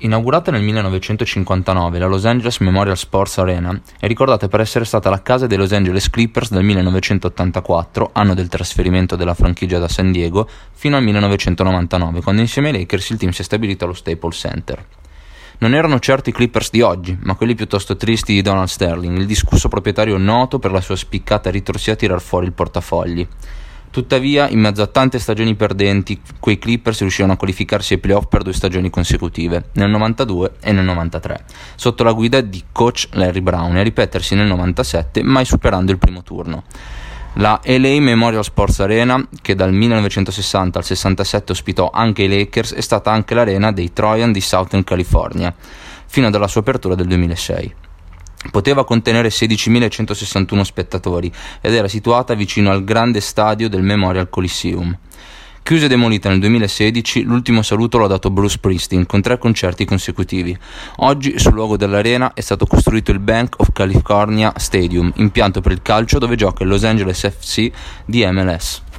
Inaugurata nel 1959, la Los Angeles Memorial Sports Arena è ricordata per essere stata la casa dei Los Angeles Clippers dal 1984, anno del trasferimento della franchigia da San Diego, fino al 1999, quando insieme ai Lakers il team si è stabilito allo Staples Center. Non erano certo i Clippers di oggi, ma quelli piuttosto tristi di Donald Sterling, il discusso proprietario noto per la sua spiccata ritorsia a tirar fuori il portafogli. Tuttavia, in mezzo a tante stagioni perdenti, quei Clippers riuscirono a qualificarsi ai playoff per 2 stagioni consecutive, nel 92 e nel 93, sotto la guida di coach Larry Brown, e a ripetersi nel 97, mai superando il primo turno. La LA Memorial Sports Arena, che dal 1960 al 67 ospitò anche i Lakers, è stata anche l'arena dei Trojan di Southern California, fino alla sua apertura del 2006. Poteva contenere 16.161 spettatori ed era situata vicino al grande stadio del Memorial Coliseum. Chiusa e demolita nel 2016, l'ultimo saluto l'ha dato Bruce Springsteen con 3 concerti consecutivi. Oggi sul luogo dell'arena è stato costruito il Bank of California Stadium, impianto per il calcio dove gioca il Los Angeles FC di MLS.